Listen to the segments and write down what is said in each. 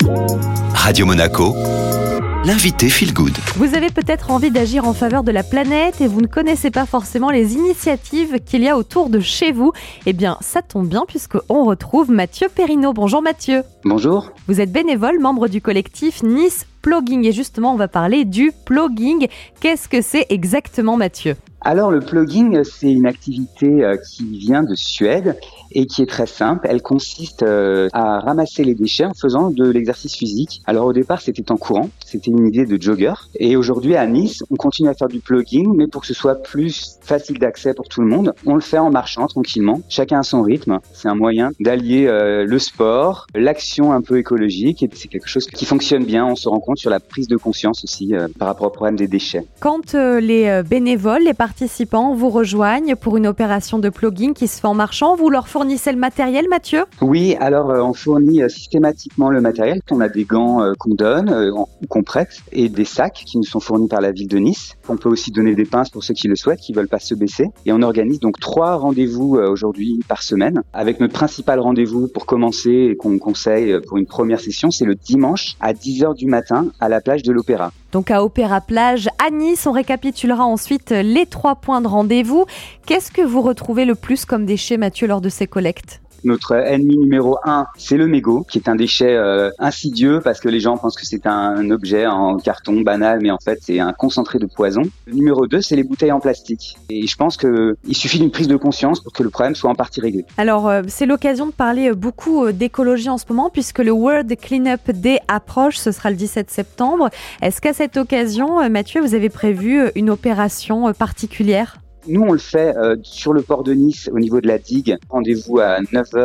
Radio Monaco, l'invité Feel Good. Vous avez peut-être envie d'agir en faveur de la planète et vous ne connaissez pas forcément les initiatives qu'il y a autour de chez vous. Eh bien, ça tombe bien puisqu'on retrouve Mathieu Perrineau. Bonjour Mathieu. Bonjour. Vous êtes bénévole, membre du collectif Nice Plogging. Et justement, on va parler du plogging. Qu'est-ce que c'est exactement, Mathieu ? Alors le plogging, c'est une activité qui vient de Suède et qui est très simple. Elle consiste à ramasser les déchets en faisant de l'exercice physique. Alors au départ, c'était en courant, c'était une idée de jogger. Et aujourd'hui à Nice, on continue à faire du plogging, mais pour que ce soit plus facile d'accès pour tout le monde, on le fait en marchant tranquillement, chacun à son rythme. C'est un moyen d'allier le sport, l'action un peu écologique, et c'est quelque chose qui fonctionne bien. On se rend compte sur la prise de conscience aussi par rapport au problème des déchets. Quand les bénévoles, les participants vous rejoignent pour une opération de plogging qui se fait en marchant, vous leur fournissez le matériel, Mathieu ? Oui, alors on fournit systématiquement le matériel. On a des gants qu'on donne ou qu'on prête et des sacs qui nous sont fournis par la ville de Nice. On peut aussi donner des pinces pour ceux qui le souhaitent, qui veulent pas se baisser. Et on organise donc 3 rendez-vous aujourd'hui par semaine. Avec notre principal rendez-vous pour commencer et qu'on conseille pour une première session, c'est le dimanche à 10h du matin à la plage de l'Opéra. Donc à Opéra Plage à Nice, on récapitulera ensuite les 3 points de rendez-vous. Qu'est-ce que vous retrouvez le plus comme déchets, Mathieu, lors de ces collectes ? Notre ennemi numéro 1, c'est le mégot, qui est un déchet insidieux parce que les gens pensent que c'est un objet en carton banal, mais en fait c'est un concentré de poison. Le numéro 2, c'est les bouteilles en plastique. Et je pense qu'il suffit d'une prise de conscience pour que le problème soit en partie réglé. Alors c'est l'occasion de parler beaucoup d'écologie en ce moment puisque le World Cleanup Day approche, ce sera le 17 septembre. Est-ce qu'à cette occasion, Mathieu, vous avez prévu une opération particulière ? Nous, on le fait sur le port de Nice, au niveau de la digue. Rendez-vous à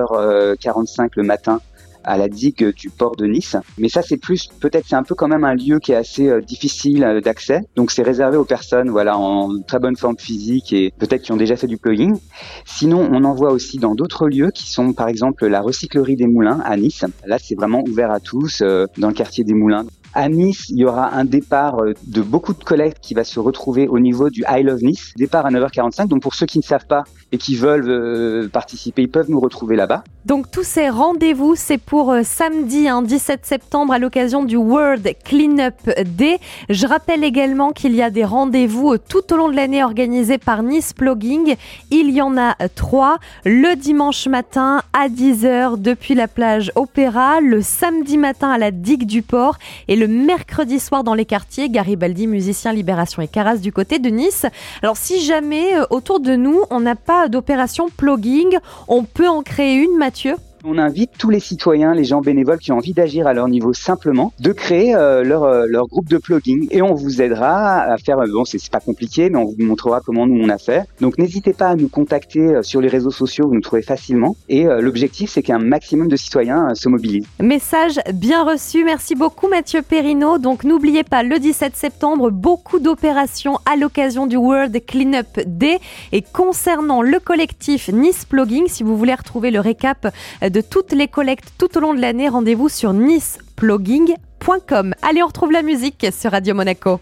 9h45 le matin à la digue du port de Nice. Mais ça, c'est un peu quand même un lieu qui est assez difficile d'accès. Donc, c'est réservé aux personnes, en très bonne forme physique et peut-être qui ont déjà fait du plogging. Sinon, on en voit aussi dans d'autres lieux qui sont, par exemple, la recyclerie des Moulins à Nice. Là, c'est vraiment ouvert à tous dans le quartier des Moulins. À Nice, il y aura un départ de beaucoup de collectes qui va se retrouver au niveau du I Love Nice. Départ à 9h45. Donc, pour ceux qui ne savent pas et qui veulent participer, ils peuvent nous retrouver là-bas. Donc, tous ces rendez-vous, c'est pour samedi 17 septembre à l'occasion du World Cleanup Day. Je rappelle également qu'il y a des rendez-vous tout au long de l'année organisés par Nice Plogging. Il y en a 3. Le dimanche matin à 10h depuis la plage Opéra, le samedi matin à la digue du port et le mercredi soir dans les quartiers Garibaldi, Musicien, Libération et Caras du côté de Nice. Alors si jamais autour de nous on n'a pas d'opération plogging, on peut en créer une, Mathieu ? On invite tous les citoyens, les gens bénévoles qui ont envie d'agir à leur niveau simplement, de créer leur groupe de plogging. Et on vous aidera à faire, c'est pas compliqué, mais on vous montrera comment nous on a fait. Donc n'hésitez pas à nous contacter sur les réseaux sociaux, vous nous trouvez facilement. Et l'objectif, c'est qu'un maximum de citoyens se mobilisent. Message bien reçu. Merci beaucoup Mathieu Perrineau. Donc n'oubliez pas, le 17 septembre, beaucoup d'opérations à l'occasion du World Cleanup Day. Et concernant le collectif Nice Plogging, si vous voulez retrouver le récap de toutes les collectes tout au long de l'année, rendez-vous sur niceplogging.com. Allez, on retrouve la musique sur Radio Monaco.